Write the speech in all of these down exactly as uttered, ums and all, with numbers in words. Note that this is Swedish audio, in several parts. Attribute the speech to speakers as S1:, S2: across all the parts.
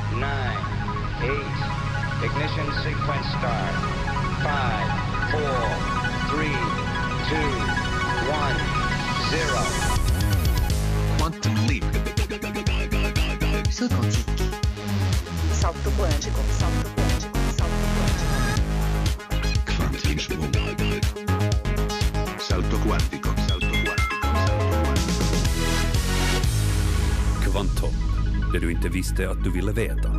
S1: nine, eight, ignition sequence start, five, four, three, two, one, zero.
S2: Quantum leap.
S3: Saut quantique.
S4: Salto quântico, salto quântico, salto quântico.
S2: Quantum salto quantico, salto quantico, salto quantico.
S5: Kvanthopp, det du inte visste att du ville veta.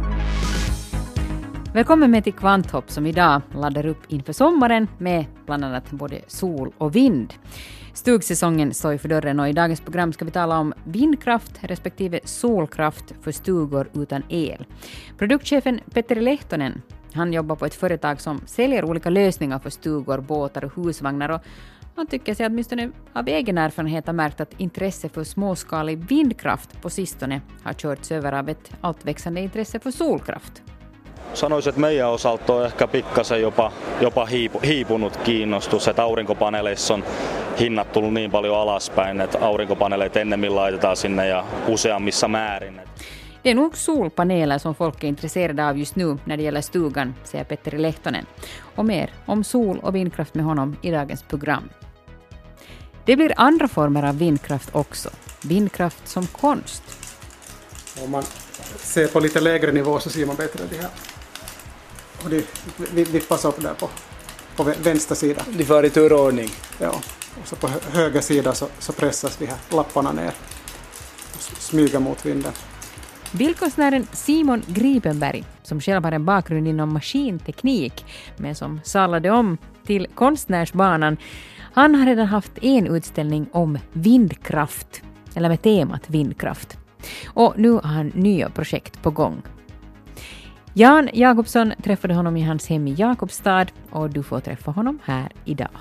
S6: Välkommen med till Kvanthopp som idag laddar upp inför sommaren med bland annat både sol och vind. Stugsäsongen står för dörren och i dagens program ska vi tala om vindkraft respektive solkraft för stugor utan el. Produktchefen Petteri Lehtonen, han jobbar på ett företag som säljer olika lösningar för stugor, båtar och husvagnar och han tycker sig åtminstone av egen erfarenhet ha märkt att intresse för småskalig vindkraft på sistone har körts över av ett altväxande intresse för solkraft.
S7: Sanoisin, että meidän osalta on ehkä pikkasen jopa, jopa hiipu, hiipunut kiinnostus, että aurinkopaneeleissa on hinnat tullut niin paljon alaspäin, että aurinkopaneeleet ennemmin laitetaan sinne ja useammissa määrin.
S6: Det är nog solpaneler som folk är intresserade av just nu när det gäller stugan, säger Petteri Lehtonen. Och mer om sol och vindkraft med honom i dagens program. Det blir andra former av vindkraft också. Vindkraft som konst.
S8: Om man ser på lite lägre nivå så ser man bättre det här. Och det vippas upp där på, på vänster sida.
S9: De får i turordning.
S8: Ja, och så på höger sida så, så pressas de här lapparna ner och smyger mot vinden.
S6: Bildkonstnären Simon Gripenberg, som själv har en bakgrund inom maskinteknik men som salade om till konstnärsbanan, han har redan haft en utställning om vindkraft, eller med temat vindkraft. Och nu har han nya projekt på gång. Jan Jakobsson träffade honom i hans hem i Jakobstad och du får träffa honom här idag.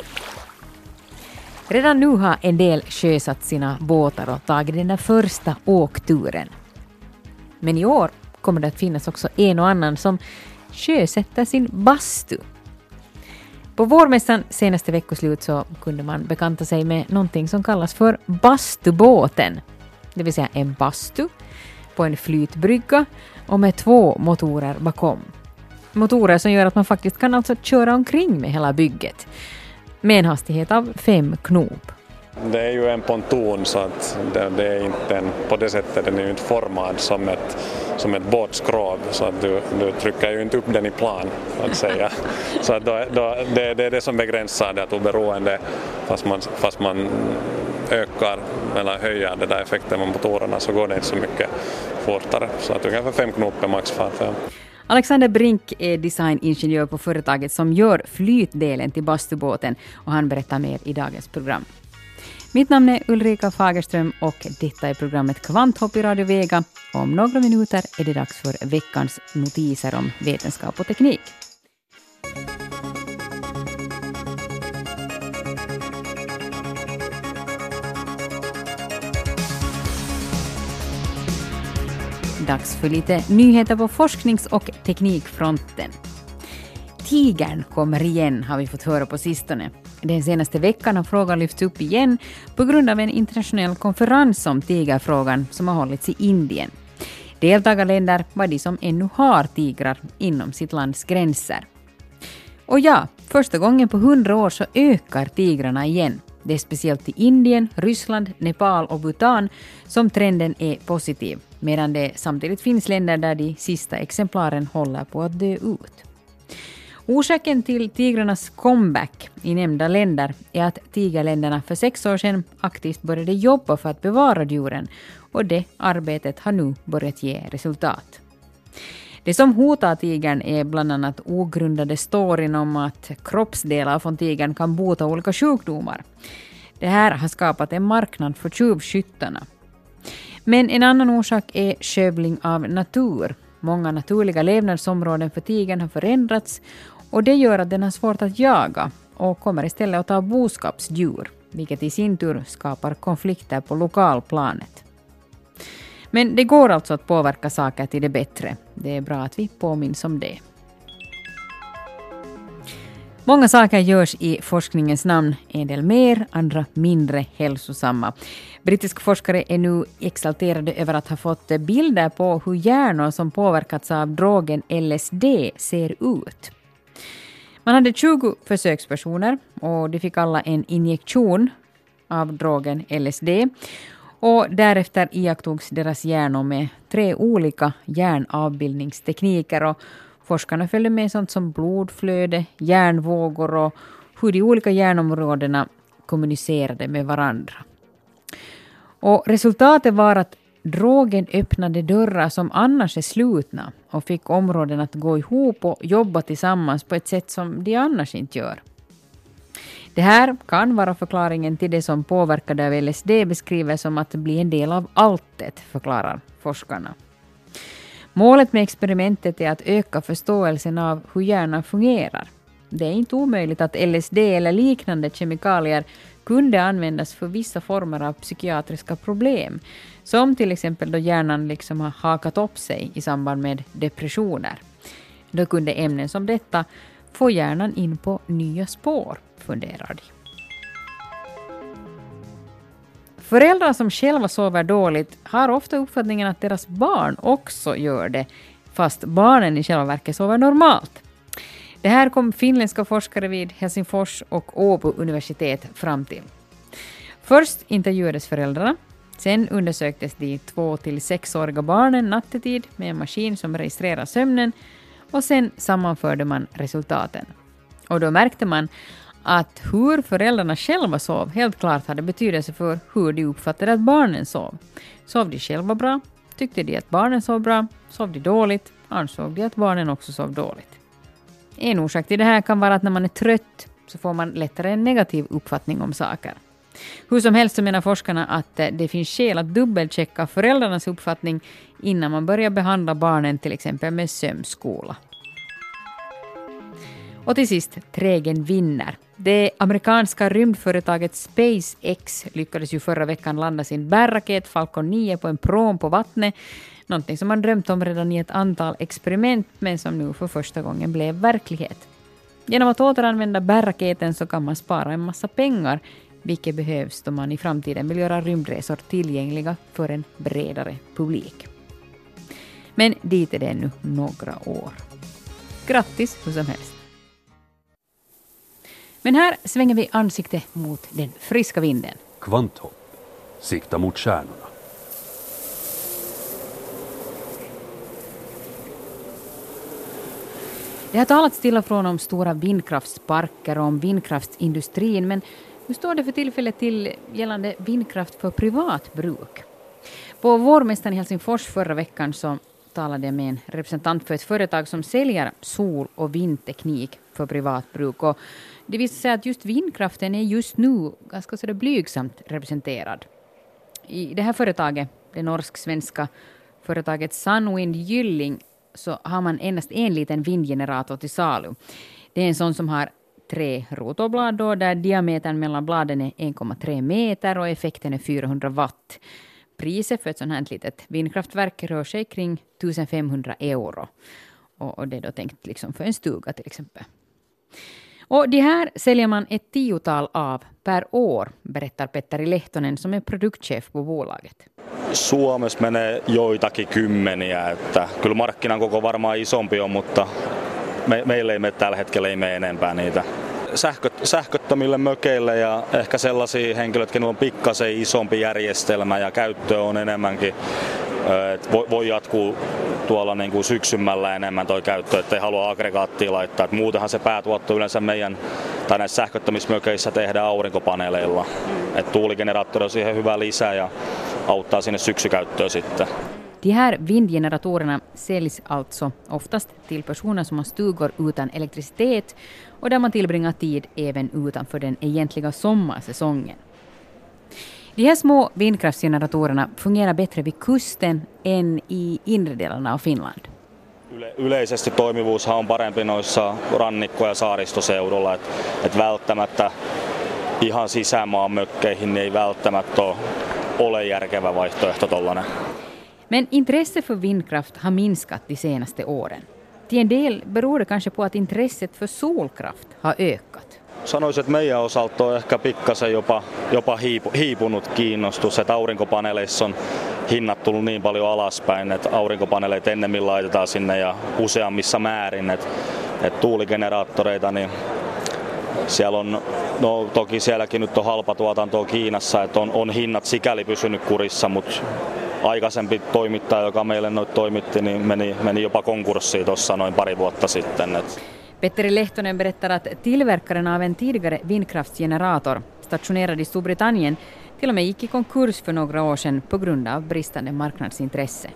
S6: Redan nu har en del sjösatt sina båtar och tagit den där första åkturen. Men i år kommer det att finnas också en och annan som sjösätter sin bastu. På vårmässan senaste veckoslut så kunde man bekanta sig med någonting som kallas för bastubåten. Det vill säga en bastu på en flytbrygga och med två motorer bakom. Motorer som gör att man faktiskt kan alltså köra omkring med hela bygget med en hastighet av fem knop.
S10: Det är ju en ponton så att det, det är inte en, på det sättet den är ju inte formad som ett, som ett båtskrov så att du, du trycker ju inte upp den i plan att säga. Så att då, då, det, det är det som begränsar det att oberoende fast man, fast man ökar eller höjer det där effekten med motorerna så går det inte så mycket fortare. Så att ungefär fem knop är maxfart. Ja.
S6: Alexander Brink är designingenjör på företaget som gör flytdelen till bastubåten och han berättar mer i dagens program. Mitt namn är Ulrika Fagerström och detta är programmet Kvanthopp i Radio Vega. Om några minuter är det dags för veckans notiser om vetenskap och teknik. Dags för lite nyheter på forsknings- och teknikfronten. Tigern kommer igen har vi fått höra på sistone. Den senaste veckan har frågan lyfts upp igen på grund av en internationell konferens om tigerfrågan som har hållits i Indien. Deltagarländer var de som ännu har tigrar inom sitt lands gränser. Och ja, första gången på hundra år så ökar tigrarna igen. Det är speciellt i Indien, Ryssland, Nepal och Bhutan som trenden är positiv. Medan det samtidigt finns länder där de sista exemplaren håller på att dö ut. Orsaken till tigrarnas comeback i nämnda länder är att tigerländerna för sex år sedan aktivt började jobba för att bevara djuren och det arbetet har nu börjat ge resultat. Det som hotar tigern är bland annat ogrundade storyn om att kroppsdelar från tigern kan bota olika sjukdomar. Det här har skapat en marknad för tjuvskyttarna. Men en annan orsak är skövling av natur. Många naturliga levnadsområden för tigern har förändrats och det gör att den har svårt att jaga och kommer istället att ta boskapsdjur, vilket i sin tur skapar konflikter på lokalplanet. Men det går alltså att påverka saker till det bättre. Det är bra att vi påminns om det. Många saker görs i forskningens namn, en del mer, andra mindre hälsosamma. Brittiska forskare är nu exalterade över att ha fått bilder på hur hjärnor som påverkats av drogen L S D ser ut. Man hade tjugo försökspersoner och de fick alla en injektion av drogen L S D. Och därefter iakttogs deras hjärnor med tre olika hjärnavbildningstekniker, och forskarna följde med sånt som blodflöde, hjärnvågor och hur de olika hjärnområdena kommunicerade med varandra. Och resultatet var att drogen öppnade dörrar som annars är slutna och fick områden att gå ihop och jobba tillsammans på ett sätt som de annars inte gör. Det här kan vara förklaringen till det som påverkade av L S D beskriver som att bli en del av alltet, förklarar forskarna. Målet med experimentet är att öka förståelsen av hur hjärnan fungerar. Det är inte omöjligt att L S D eller liknande kemikalier kunde användas för vissa former av psykiatriska problem, som till exempel då hjärnan liksom har hakat upp sig i samband med depressioner. Då kunde ämnen som detta få hjärnan in på nya spår, funderar de. Föräldrar som själva sover dåligt har ofta uppfattningen att deras barn också gör det, fast barnen i själva verket sover normalt. Det här kom finländska forskare vid Helsingfors och Åbo universitet fram till. Först intervjuades föräldrarna, sen undersöktes de två till sexåriga barnen nattetid med en maskin som registrerar sömnen, och sen sammanförde man resultaten. Och då märkte man att hur föräldrarna själva sov helt klart hade betydelse för hur de uppfattade att barnen sov. Sov de själva bra? Tyckte de att barnen sov bra? Sov de dåligt? Ansåg de att barnen också sov dåligt? En orsak till det här kan vara att när man är trött så får man lättare en negativ uppfattning om saker. Hur som helst så menar forskarna att det finns skäl att dubbelchecka föräldrarnas uppfattning innan man börjar behandla barnen till exempel med sömnskola. Och till sist, trägen vinner. Det amerikanska rymdföretaget SpaceX lyckades ju förra veckan landa sin bärraket Falcon nio på en pråm på vattnet. Någonting som man drömt om redan i ett antal experiment, men som nu för första gången blev verklighet. Genom att återanvända bärraketen så kan man spara en massa pengar, vilket behövs då man i framtiden vill göra rymdresor tillgängliga för en bredare publik. Men dit är det ännu några år. Grattis hur som helst. Men här svänger vi ansikte mot den friska vinden.
S5: Kvanthopp. Sikta mot stjärnorna.
S6: Det har talats till och från om stora vindkraftsparker och om vindkraftsindustrin, men hur står det för tillfället till gällande vindkraft för privat bruk? På vårmästaren i Helsingfors förra veckan så talade jag med en representant för ett företag som säljer sol- och vindteknik för privat bruk. Och det visar sig att just vindkraften är just nu ganska så blygsamt representerad. I det här företaget, det norsk-svenska företaget Sunwind Gylling, så har man endast en liten vindgenerator till salu. Det är en sån som har tre rotorblad då, där diametern mellan bladen är en komma tre meter och effekten är fyrahundra watt. Priset för ett sånt här litet vindkraftverk rör sig kring femtonhundra euro. Och, och det är då tänkt liksom för en stuga till exempel. Och det här säljer man ett tiotal av per år, berättar Petteri Lehtonen som är produktchef på bolaget.
S7: Suomessa menee joitakin kymmeniä, että kyllä markkinan koko varmaan isompi on, mutta me, meillä ei mene tällä hetkellä ei mene enempää niitä. Sähköt, sähköttömille mökeille ja ehkä sellaisia henkilöitä, kenellä on pikkasen isompi järjestelmä ja käyttö on enemmänkin, että voi, voi jatkuu tuolla niin kuin syksymällä enemmän toi käyttö, ettei halua aggregaattia laittaa. Et muutenhan se päätuotto yleensä meidän tai näissä sähköttämismökeissä tehdään aurinkopaneeleilla. Et tuuligeneraattori on siihen hyvä lisä ja auttaa sinne syksykäyttöön sitten.
S6: De här vindgeneratorerna säljs alltså oftast till personer som har stugor utan elektricitet och där man tillbringar tid även utanför den egentliga sommarsäsongen. De här små vindkraftsgeneratorerna fungerar bättre vid kusten än i inre delarna av Finland.
S7: Yle- yleisesti toimivuushan on parempi noissa rannikko- ja saaristoseudulla, että et välttämättä ihan sisämaan mökkeihin niin ei välttämättä ole, ole järkevä vaihtoehto tollainen.
S6: Men intresse för vindkraft har minskat de senaste åren. Till en del beror det kanske på att intresset för solkraft har ökat.
S7: Sanoisin, että meidän osalta on ehkä pikkasen jopa, jopa hiipu, hiipunut kiinnostus, että aurinkopaneeleissa on hinnat tullut niin paljon alaspäin, että aurinkopaneeleita ennemmin laitetaan sinne ja useammissa määrin, että, että tuuligeneraattoreita, niin siellä on, no toki sielläkin nyt on halpatuotantoa Kiinassa, että on, on hinnat sikäli pysynyt kurissa, mutta aikaisempi toimittaja, joka meille noit toimitti, niin meni, meni jopa konkurssiin tuossa noin pari vuotta sitten. Että.
S6: Petteri Lehtonen berättar att tillverkaren av en tidigare vindkraftsgenerator stationerad i Storbritannien till och med gick i konkurs för några år sedan på grund av bristande marknadsintresse.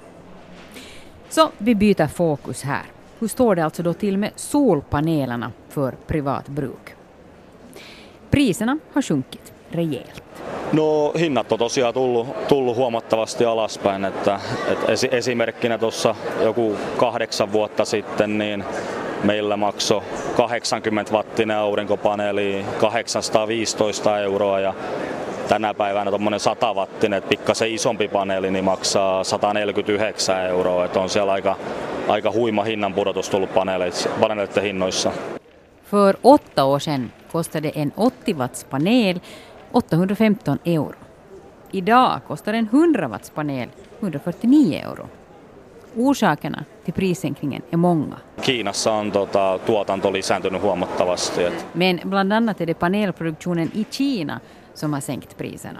S6: Så vi byter fokus här. Hur står det alltså då till med solpanelerna för privat bruk? Priserna har sjunkit rejält.
S7: No hinnat on tosiaan tullut, tullut huomattavasti alaspäin, että, että esi- esimerkkinä tuossa joku kahdeksan vuotta sitten niin meillä maksoi kahdeksankymmentä wattinen aurinkopaneeli kahdeksansataaviisitoista euroa ja tänä päivänä tuommoinen sata wattinen, että pikkasen isompi paneeli, niin maksaa sata neljäkymmentäyhdeksän euroa, että on siellä aika, aika huima hinnan pudotus tullut paneeleiden hinnoissa.
S6: För åtta år sedan kostade en åttio watts panel åttahundrafemton euro. Idag kostar en hundra watts panel hundrafyrtionio euro. Orsakerna till prissänkningen är många.
S7: Kiinassa on tota, tuotanto lisääntynyt huomattavasti. Et.
S6: Men bland annat är det panelproduktionen i Kina som har sänkt priserna.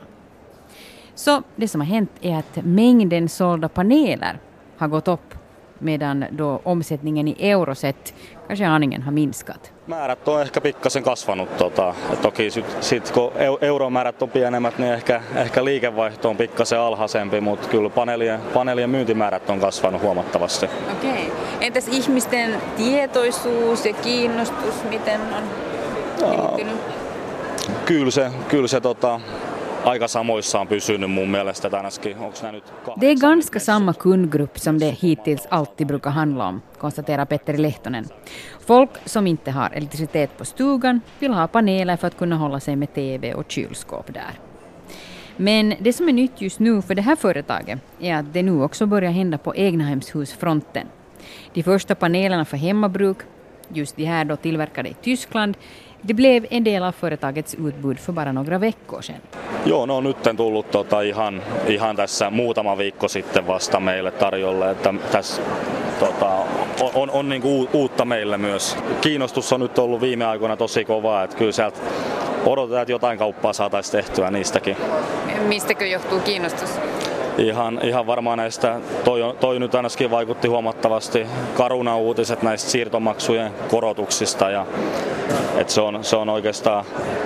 S6: Så det som har hänt är att mängden sålda paneler har gått upp medan då omsättningen i euroset kanske aningen har minskat.
S7: Määrät on ehkä pikkasen kasvanut. Tota. Toki sit, sit, kun euromäärät on pienemmät, niin ehkä, ehkä liikevaihto on pikkasen alhaisempi, mutta kyllä paneelien, paneelien myyntimäärät on kasvanut huomattavasti.
S6: Okei. Entäs ihmisten tietoisuus ja kiinnostus, miten on kehittynyt?
S7: Kyllä se, kyllä se tota, aika samoissa on pysynyt mun mielestä tänäskin. Onks nää nyt
S6: Det är ganska samma kundgrupp som det hittills alltid brukar handla om, konstaterar Petteri Lehtonen. Folk som inte har elektricitet på stugan vill ha paneler för att kunna hålla sig med T V och kylskåp där. Men det som är nytt just nu för det här företaget är att det nu också börjar hända på egnahemshusfronten. De första panelerna för hemmabruk, just de här då tillverkade i Tyskland, det blev en del av företagets utbud för bara några veckor sedan.
S7: Joo, ne on nyt tullut tota, ihan, ihan tässä muutama viikko sitten vasta meille tarjolle, että tässä tota, on, on, on niin kuin uutta meille myös. Kiinnostus on nyt ollut viime aikoina tosi kovaa, että kyllä sieltä odotetaan, että jotain kauppaa saataisiin tehtyä niistäkin.
S6: Mistäkö johtuu kiinnostus?
S7: Ihan, ihan varmaan näistä, toi, toi nyt ainakin vaikutti huomattavasti Caruna-uutiset näistä siirtomaksujen korotuksista ja että se on, se on oikeastaan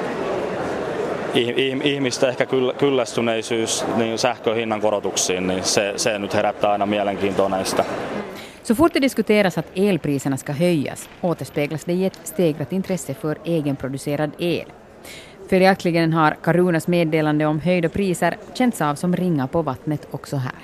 S7: ihmisten ehkä kyllästyneisyys niin sähköhinnan korotuksiin, niin se, se nyt herättää aina mielenkiintoa näistä.
S6: Så fort det diskuteras att elpriserna ska höjas återspeglas det i ett stegrat intresse för egenproducerad el. Följaktligen har Carunas meddelande om höjda priser känts av som ringar på vattnet också här.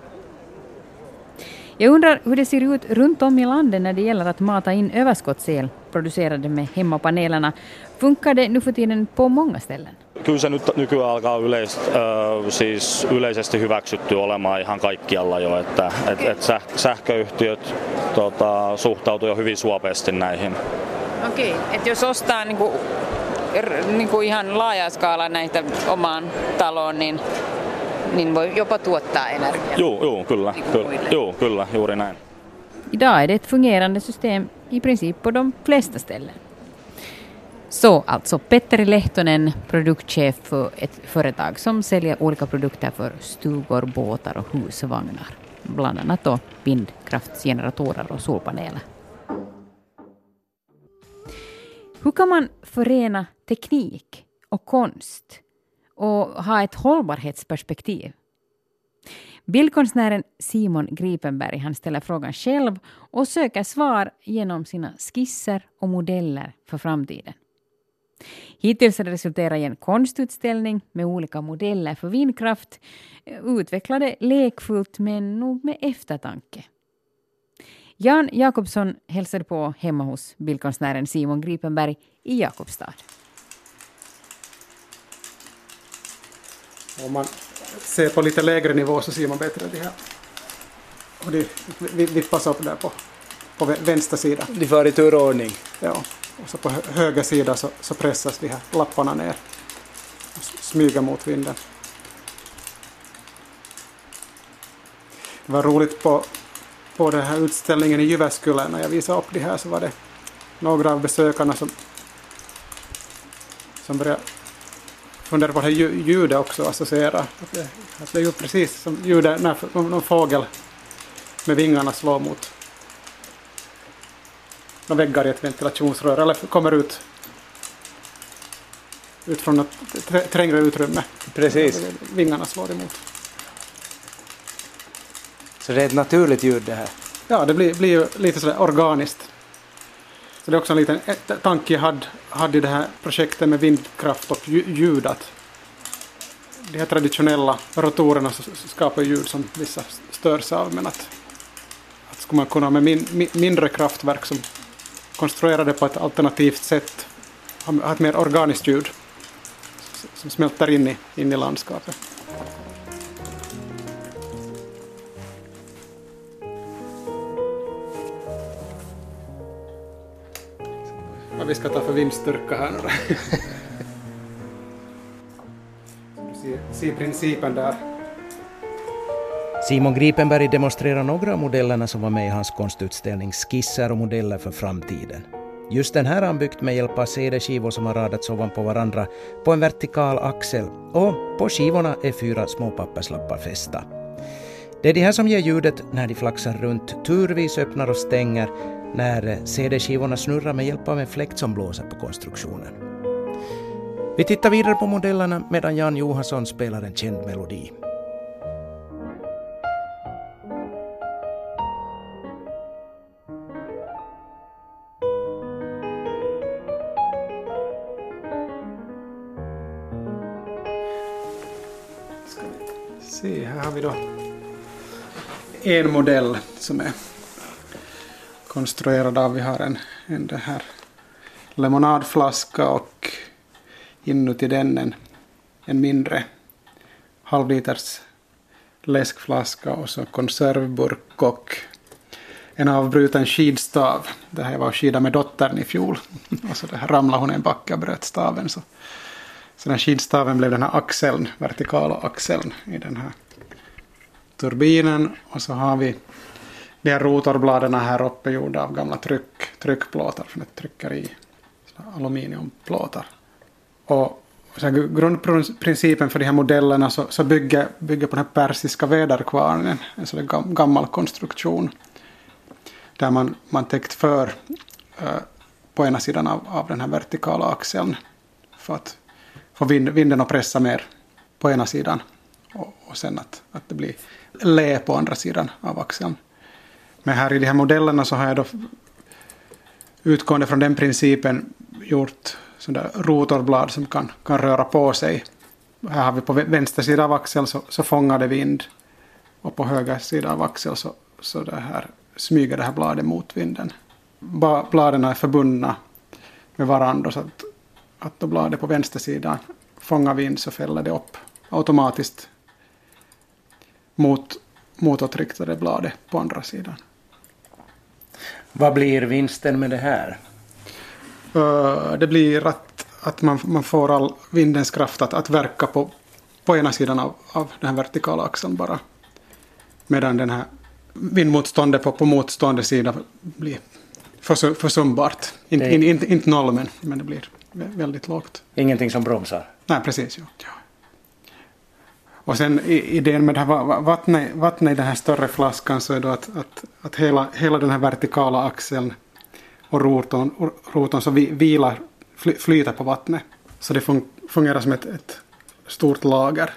S6: Jag undrar hur det ser ut runt om i landet när det gäller att mata in överskottsel producerade med hemmapanelerna. Funkar det nu för tiden på många ställen?
S7: Kyllä se nyt nykyään alkaa yleis, äh, siis yleisesti hyväksytty olemaan ihan kaikkialla jo, että et, et säh, sähköyhtiöt tota, suhtautuu jo hyvin suopeasti näihin.
S6: Okei, että jos ostaa niinku, niinku ihan laaja skaala näitä omaan taloon, niin niin voi jopa tuottaa energiaa.
S7: Joo, joo, kyllä, kyllä, joo, kyllä, juuri näin.
S6: Idag är det ett fungerande system i princip på de flesta ställen. Så alltså Petteri Lehtonen, produktchef för ett företag som säljer olika produkter för stugor, båtar och husvagnar. Bland annat då vindkraftsgeneratorer och solpaneler. Hur kan man förena teknik och konst och ha ett hållbarhetsperspektiv? Bildkonstnären Simon Gripenberg han ställer frågan själv och söker svar genom sina skisser och modeller för framtiden. Hittills har det resulterat i en konstutställning med olika modeller för vindkraft, utvecklade lekfullt men nog med eftertanke. Jan Jakobsson hälsade på hemma hos bildkonstnären Simon Gripenberg i Jakobstad.
S8: Om man ser på lite lägre nivå så ser man bättre det här. Och det vippas upp där på, på vä- vänster sida.
S3: De för i turordning.
S8: Ja, och så på hö- höger sida så, så pressas de här lapparna ner och s- smyger mot vinden. Det var roligt på, på den här utställningen i Jyväskylä. När jag visade upp det här så var det några av besökarna som, som började fundera på det här lju- ljudet också, associera. Att det, att det är ju precis som ljudet när någon fågel med vingarna slår mot några väggar i ett ventilationsrör eller kommer ut ut från ett trä- trängre utrymme.
S3: Precis.
S8: Vingarna slår emot.
S3: Så det är ett naturligt ljud det här.
S8: Ja, det blir, blir ju lite sådär organiskt. Så det är också en liten ett, tanke jag hade, hade i det här projektet med vindkraft och lju- ljud. Att de här traditionella rotorerna så, så skapar ljud som vissa störs av. Men att, att skulle man kunna med min, mi, mindre kraftverk som konstruerar det på ett alternativt sätt ha, ha ett mer organiskt ljud som, som smälter in i, in i landskapet. Vad vi ska ta för vindstyrka här nu. se, se principen där.
S9: Simon Gripenberg demonstrerar några av modellerna som var med i hans konstutställning Skisser och modeller för framtiden. Just den här har han byggt med hjälp av C D-skivor som har radats ovanpå varandra på en vertikal axel, och på skivorna är fyra små papperslappar fästa. Det är det här som ger ljudet när de flaxar runt, turvis öppnar och stänger, när C D-skivorna snurrar med hjälp av en fläkt som blåser på konstruktionen. Vi tittar vidare på modellerna medan Jan Johansson spelar en känd melodi.
S8: Ska vi se, här har vi då en modell som är konstruerad av. Vi har en, en det här lemonadflaska och inuti den en, en mindre halvliters läskflaska och så konservburk och en avbruten skidstav. Det här var skida med dottern i fjol och så det här ramlade hon en backe och bröt staven. Så, så den skidstaven blev den här axeln, vertikala axeln i den här turbinen, och så har vi de här rotorbladen här uppe gjorda av gamla tryck, tryckplåtar från ett tryckeri, aluminiumplåtar. Och så grundprincipen för de här modellerna så, så bygger, bygger på den här persiska väderkvarnen, en sån gam, gammal konstruktion där man, man täckt för uh, på ena sidan av, av den här vertikala axeln för att få vind, vinden att pressa mer på ena sidan och, och sen att, att det blir lä på andra sidan av axeln. Men här i de här modellerna så har jag då utgående från den principen gjort sådana rotorblad som kan, kan röra på sig. Här har vi på vänster sida av axeln så, så fångar det vind, och på höger sida av axeln så, så det här smyger det här bladet mot vinden. Ba, bladen är förbundna med varandra så att, att då bladet på vänster sidan fångar vind så fäller det upp automatiskt mot motåtriktade bladet på andra sidan.
S3: Vad blir vinsten med det här?
S8: Uh, det blir att, att man, man får all vindens kraft att, att verka på, på ena sidan av, av den här vertikala axeln bara. Medan den här vindmotståndet på, på motstående sida blir försum, försumbart. In, in, in, inte noll, men, men det blir väldigt lågt.
S3: Ingenting som bromsar?
S8: Nej, precis. Ja. Ja. Och sen idén med det här vattnet, vattnet i den här större flaskan så är då att, att, att hela, hela den här vertikala axeln och rotorn, rotorn så vi, vilar, fly, flyter på vattnet. Så det fun, fungerar som ett, ett stort lager.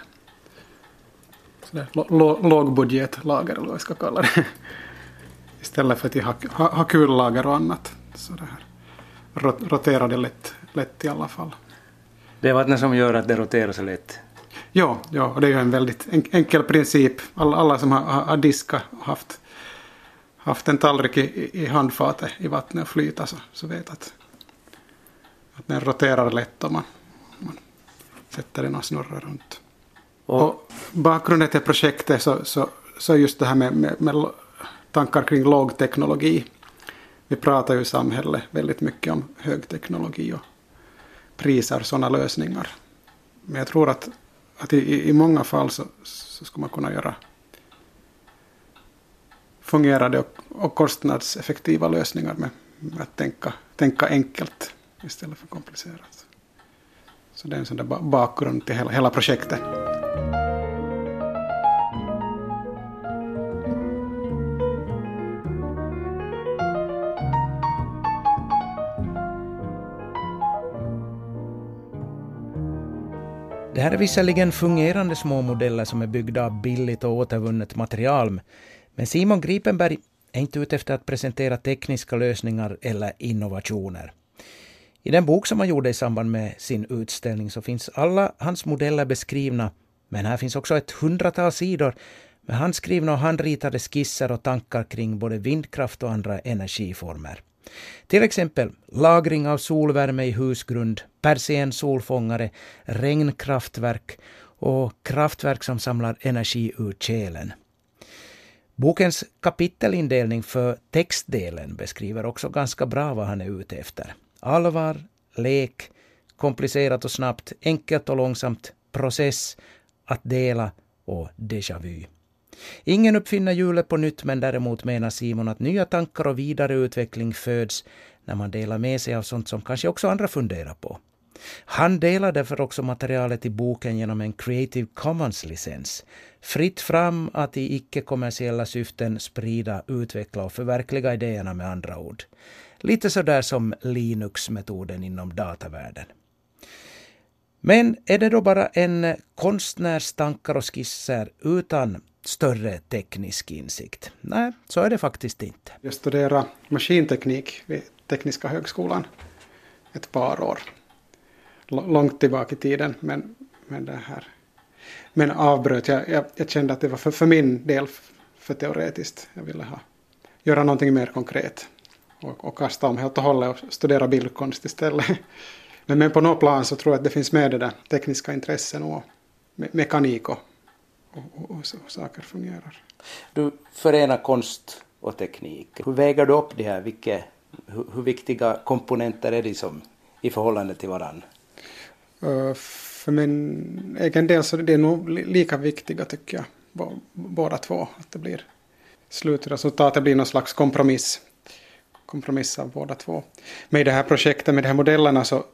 S8: Så det är lo, lågbudgetlager eller vad jag ska kalla det. Istället för att ha, ha, ha kullager och annat. Så det här rot, roterar det lätt, lätt i alla fall.
S3: Det är vattnet som gör att det roterar så lätt?
S8: Ja, ja, och det är ju en väldigt enkel princip. Alla, alla som har, har diskat och haft, haft en tallrik i, i handfatet i vattnet och flyta så, så vet att, att den roterar lätt om man, man sätter den och snurrar runt. Och, och bakgrunden till projektet så, så, så just det här med, med, med tankar kring lågteknologi. vi pratar ju i samhället väldigt mycket om högteknologi och prisar sådana lösningar. Men jag tror att, att i, i många fall så, så ska man kunna göra fungerande och, och kostnadseffektiva lösningar med, med att tänka, tänka enkelt istället för komplicerat. Så det är en sån där bakgrund till hela, hela projektet.
S9: Det här är visserligen fungerande små modeller som är byggda av billigt och återvunnet material, men Simon Gripenberg är inte ute efter att presentera tekniska lösningar eller innovationer. I den bok som han gjorde i samband med sin utställning så finns alla hans modeller beskrivna, men här finns också ett hundratal sidor med handskrivna och handritade skisser och tankar kring både vindkraft och andra energiformer. Till exempel lagring av solvärme i husgrund, persien solfångare, regnkraftverk och kraftverk som samlar energi ur tjälen. Bokens kapitelindelning för textdelen beskriver också ganska bra vad han är ute efter. Allvar, lek, komplicerat och snabbt, enkelt och långsamt, process, att dela och déjà vu. Ingen uppfinner hjulet på nytt, men däremot menar Simon att nya tankar och vidareutveckling föds när man delar med sig av sånt som kanske också andra funderar på. Han delar därför också materialet i boken genom en Creative Commons-licens. Fritt fram att i icke-kommersiella syften sprida, utveckla och förverkliga idéerna med andra ord. Lite sådär som Linux-metoden inom datavärlden. Men är det då bara en konstnärs tankar och skisser utan större teknisk insikt? Nej, så är det faktiskt inte.
S8: Jag studerade maskinteknik vid Tekniska högskolan ett par år. L- långt tillbaka i tiden, men, men det här. Men avbröt. Jag, jag, jag kände att det var för, för min del för teoretiskt. Jag ville ha, göra någonting mer konkret. Och, och kasta om helt och hållet och studera bildkonst istället. Men, men på något plan så tror jag att det finns med det där tekniska intressen och me- mekanik och, och, och, och, och saker fungerar.
S3: Du förenar konst och teknik. Hur väger du upp det här? Vilka, hur, hur viktiga komponenter är de som i förhållande till varandra?
S8: Uh, för min egen del så är det nog lika viktiga tycker jag. B- båda två. Att det blir slutresultatet blir någon slags kompromiss. Kompromiss av båda två. Men i det här projektet med de här modellerna så,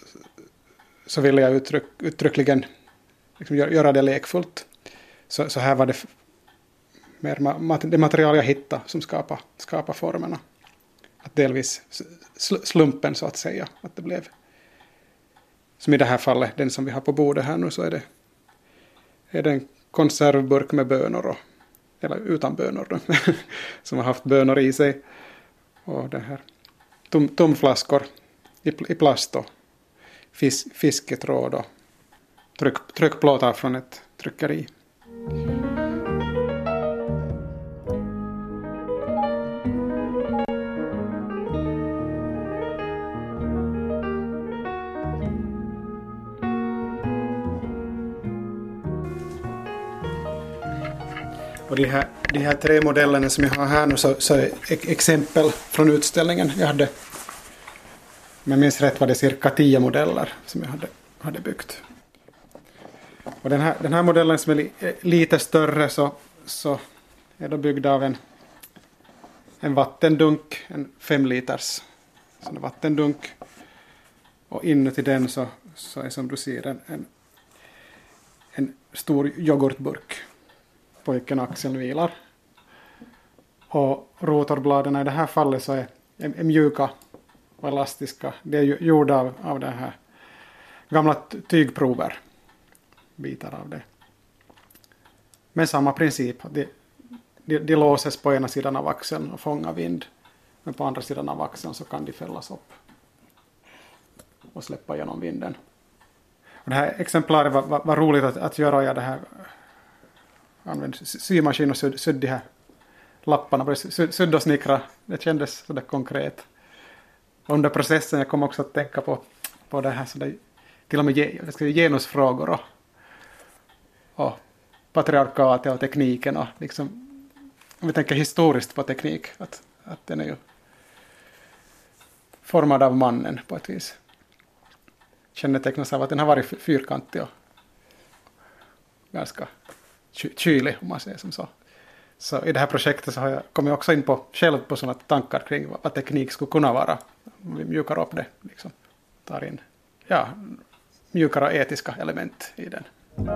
S8: så ville jag uttryck, uttryckligen liksom göra det lekfullt. Så, så här var det mer ma- det material jag hittade som skapade, skapade formerna. Att delvis slumpen så att säga. Att det blev, som i det här fallet, den som vi har på bordet här nu, så är det, är det en konservburk med bönor, och, eller utan bönor då, som har haft bönor i sig. Och det här tom, tomflaskor i, i plast och fis, fisketråd och tryck, tryckplåtar från ett tryckeri. Och de här, de här tre modellerna som jag har här nu så, så är exempel från utställningen. Jag hade, om jag minns rätt var det cirka tio modeller som jag hade, hade byggt. Och den här, den här modellen som är li, lite större så, så är då byggd av en, en vattendunk, en fem liters sån vattendunk. Och inuti den så, så är som du ser en, en, en stor yoghurtburk. Pojken Axel vilar. Och rotorbladen i det här fallet så är, är mjuka och elastiska. Det är gjorda av, av det här gamla tygprover. Bitar av det. Med samma princip. De, de, de låses på ena sidan av axeln och fångar vind. Men på andra sidan av axeln så kan de fällas upp. Och släppa genom vinden. Och det här exemplaret var, var, var roligt att, att göra. Jag det här använde symaskin och sydd, sydd de här lapparna. Sydd, sydd och snickra. Det kändes sådär konkret. Och under processen jag kom också att tänka på, på det här sådär, till och med genusfrågor och, och patriarkatet och tekniken. Och liksom, om vi tänker historiskt på teknik. Att, att den är ju formad av mannen på ett vis. Kännetecknas av att den har varit fyrkantig och ganska kylig, om man säger som så. Så i det här projektet så har jag kommit också in på själv på sådana tankar kring vad, vad teknik skulle kunna vara. Vi mjukar upp det, liksom. Tar in ja, mjukare etiska element i den.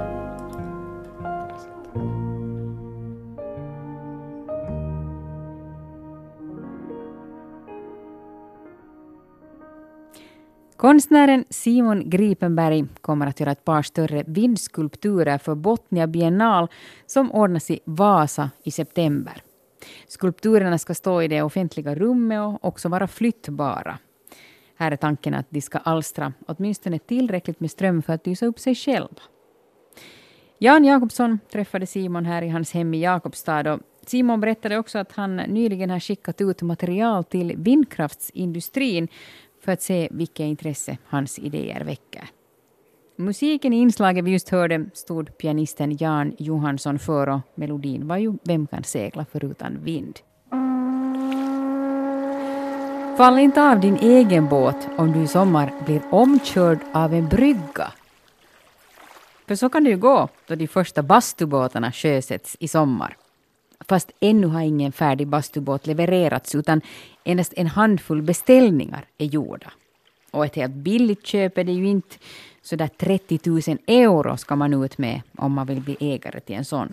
S6: Konstnären Simon Gripenberg kommer att göra ett par större vindskulpturer för Botnia Biennal som ordnas i Vasa i september. Skulpturerna ska stå i det offentliga rummet och också vara flyttbara. Här är tanken att de ska alstra åtminstone tillräckligt med ström för att lysa upp sig själva. Jan Jakobsson träffade Simon här i hans hem i Jakobstad och Simon berättade också att han nyligen har skickat ut material till vindkraftsindustrin för att se vilka intresse hans idéer väcker. Musiken i inslaget vi just hörde stod pianisten Jan Johansson för och melodin var ju Vem kan segla förutan vind. Fall inte av din egen båt om du i sommar blir omkörd av en brygga. För så kan det ju gå då de första bastubåtarna sjösätts i sommar. Fast ännu har ingen färdig bastubåt levererats utan endast en handfull beställningar är gjorda. Och ett helt billigt köp är det ju inte, så där trettio tusen euro ska man ut med om man vill bli ägare till en sån.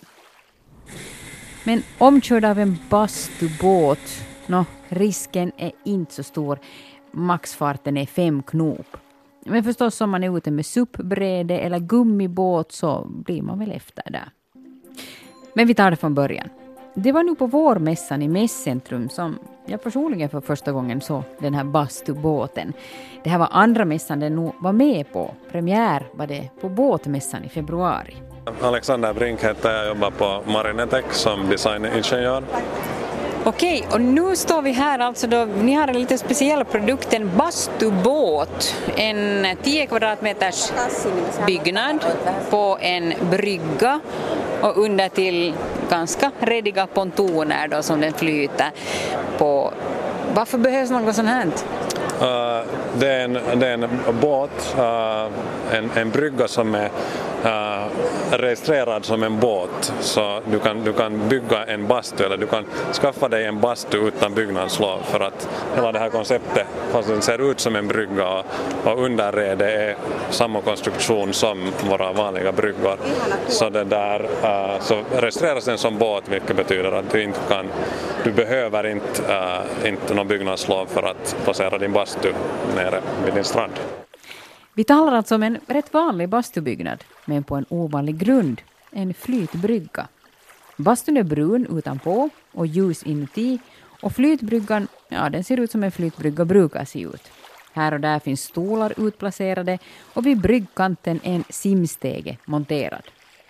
S6: Men omkörd av en bastubåt, no, risken är inte så stor. Maxfarten är fem knop. Men förstås om man är ute med suppbrede eller gummibåt så blir man väl efter där. Men vi tar det från början. Det var nu på vårmässan i Mässcentrum som jag personligen för första gången såg den här bastubåten. Det här var andra mässan den nog var med på. Premiär var det på båtmässan i februari.
S10: Alexander Brink heter jag, jobbar på Marinetech som designingenjör.
S6: Okej, och nu står vi här alltså då, ni har en lite speciell produkt, en bastubåt, en tio kvadratmeters byggnad på en brygga och under till ganska rediga pontoner då som den flyter på. Varför behövs något sånt här?
S10: Uh, det, är en, det är en båt, uh, en, en brygga som är uh, registrerad som en båt, så du kan, du kan bygga en bastu eller du kan skaffa dig en bastu utan byggnadslov, för att hela det här konceptet, fast den ser ut som en brygga och, och underredet är samma konstruktion som våra vanliga bryggor, så, det där, uh, så registreras den som båt, vilket betyder att du inte kan, du behöver inte, uh, inte någon byggnadslov för att placera din bastu nere vid din strand.
S6: Vi talar alltså om en rätt vanlig bastubyggnad, men på en ovanlig grund, en flytbrygga. Bastun är brun utanpå och ljus inuti, och flytbryggan, ja, den ser ut som en flytbrygga brukar se ut. Här och där finns stolar utplacerade och vid bryggkanten en simstege monterad.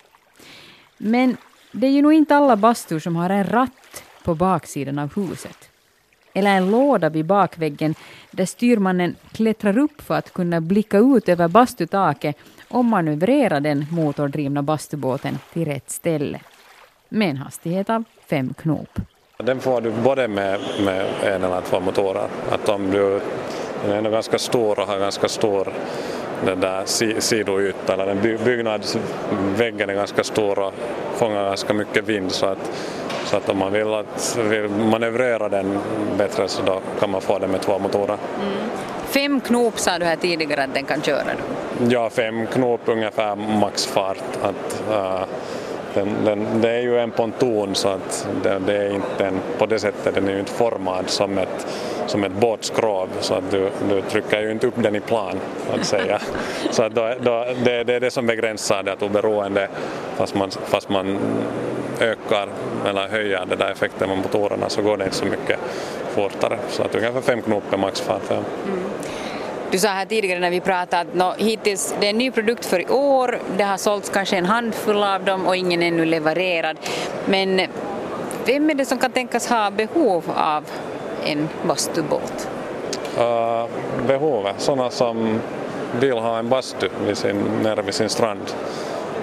S6: Men det är ju nog inte alla bastur som har en ratt på baksidan av huset. Eller en låda vid bakväggen där styrmannen klättrar upp för att kunna blicka ut över bastutaket och manövrera den motordrivna bastubåten till rätt ställe. Med en hastighet av fem knop.
S10: Den får du både med, med en eller två motorer. Att om du den är ganska stor och har ganska stor den där sidoyta, eller den by, byggnadsväggen är ganska stor och fångar ganska mycket vind, så att Så att om man vill, att, vill manövrera den bättre så då kan man få den med två motorer.
S6: Mm. Fem knop sa du här tidigare att den kan köra då?
S10: Ja, fem knop ungefär maxfart. Att, uh, den, den, det är ju en ponton, så att det, det är inte en, på det sättet den är ju inte formad som ett, som ett båtskrov, så att du, du trycker ju inte upp den i plan, att säga. Så att då, då, det, det är det som begränsar det, att oberoende fast man, fast man ökar eller höjer det där effekten med motorerna så går det inte så mycket fortare. Så att ungefär fem knop är maxfart. Ja. Mm.
S6: Du sa här tidigare när vi pratade att no, hittills det är en ny produkt för i år. Det har sålts kanske en handfull av dem och ingen är ännu levererad. Men vem är det som kan tänkas ha behov av en bastubåt?
S10: Uh, behovet? Sådana som vill ha en bastu vid sin, nere vid sin strand.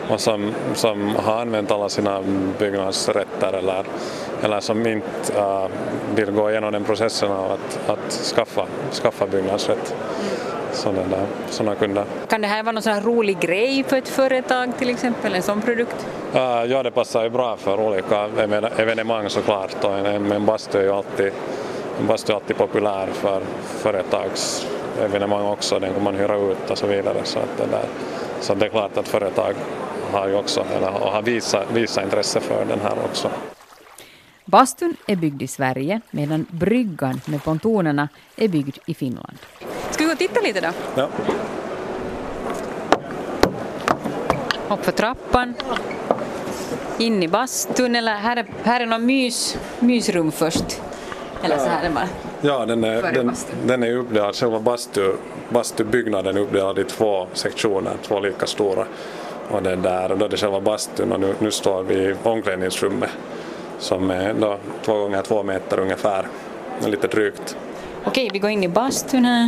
S10: och som, som har använt alla sina byggnadsrätter eller, eller som inte uh, vill gå igenom den processen av att, att skaffa, skaffa byggnadsrätt. Sådana, där, sådana kunder.
S6: Kan det här vara någon sån här rolig grej för ett företag till exempel, en sån produkt?
S10: Uh, ja, det passar ju bra för olika evenemang såklart, och en, en bastu är ju alltid, en bastu är alltid populär för företagsevenemang också, den kan man hyra ut och så vidare, så, att det, där, så det är klart att företag har ju också, eller har visat, visat intresse för den här också.
S6: Bastun är byggd i Sverige medan bryggan med pontonerna är byggd i Finland. Ska vi gå och titta lite då?
S10: Ja.
S6: Upp för trappan. In i bastun, eller här är, här är någon mys, mysrum först. Eller så här är man.
S10: Ja, den är, den, den är uppdelad, själva bastu, bastubyggnaden är uppdelad i två sektioner, två lika stora. Och det där, och då är det själva bastun, och nu, nu står vi i omklädningsrummet som är då två gånger två meter ungefär, lite drygt.
S6: Okej, vi går in i bastun här.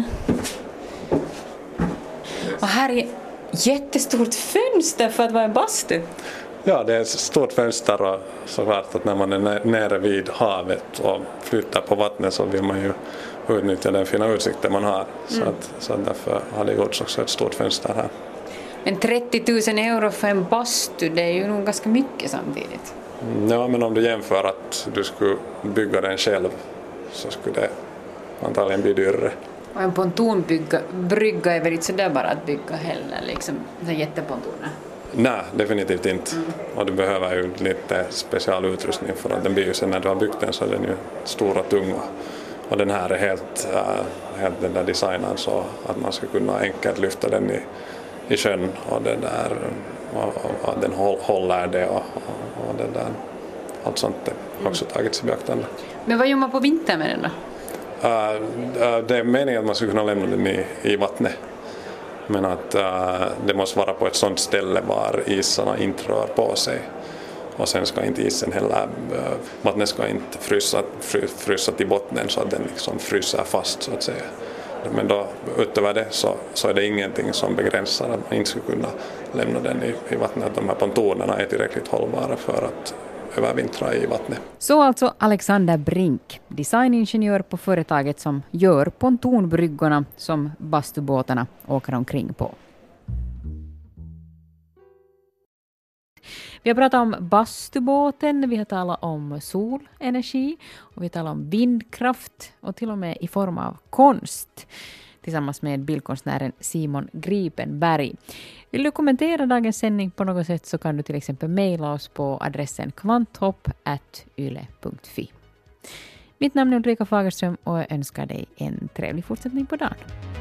S6: Och här är jättestort fönster för att vara en bastu.
S10: Ja, det är ett stort fönster, och såklart att när man är nere vid havet och flyttar på vattnet så vill man ju utnyttja den fina utsikten man har. Mm. Så, att, så att därför har det gjorts också ett stort fönster här.
S6: Men trettio tusen euro för en bastu, det är ju nog ganska mycket samtidigt.
S10: Ja, men om du jämför att du skulle bygga den själv så skulle det antagligen bli dyrare.
S6: Och en pontonbrygga är väl inte så där bara att bygga heller, liksom så jättepontoner?
S10: Nej, definitivt inte. Mm. Och du behöver ju lite specialutrustning för att den blir ju sen när du har byggt den så är den ju stor och tung. Och den här är helt, äh, helt den där designen så att man ska kunna enkelt lyfta den i, i sjön och, det där, och, och, och den håller det och, och, och det där. Allt sånt är också tagits i beaktande.
S6: Men vad gör man på vintern med den då?
S10: Uh, uh, det är meningen att man ska kunna lämna den i, i vattnet. Men att uh, det måste vara på ett sådant ställe var isarna inte rör på sig. Och sen ska inte isen heller, uh, vattnet ska inte frysa, fry, frysa till botten så att den liksom fryser fast så att säga. Men då utöver det så, så är det ingenting som begränsar att man inte ska kunna lämna den i, i vattnet. De här pontonerna är tillräckligt hållbara för att övervintra i vattnet.
S6: Så alltså Alexander Brink, designingenjör på företaget som gör pontonbryggorna som bastubåtarna åker omkring på. Vi har pratat om bastubåten, vi har talat om solenergi och vi har talat om vindkraft och till och med i form av konst tillsammans med bildkonstnären Simon Gripenberg. Vill du kommentera dagens sändning på något sätt så kan du till exempel mejla oss på adressen kvanthopp at yle punkt fi. Mitt namn är Ulrika Fagerström och jag önskar dig en trevlig fortsättning på dagen.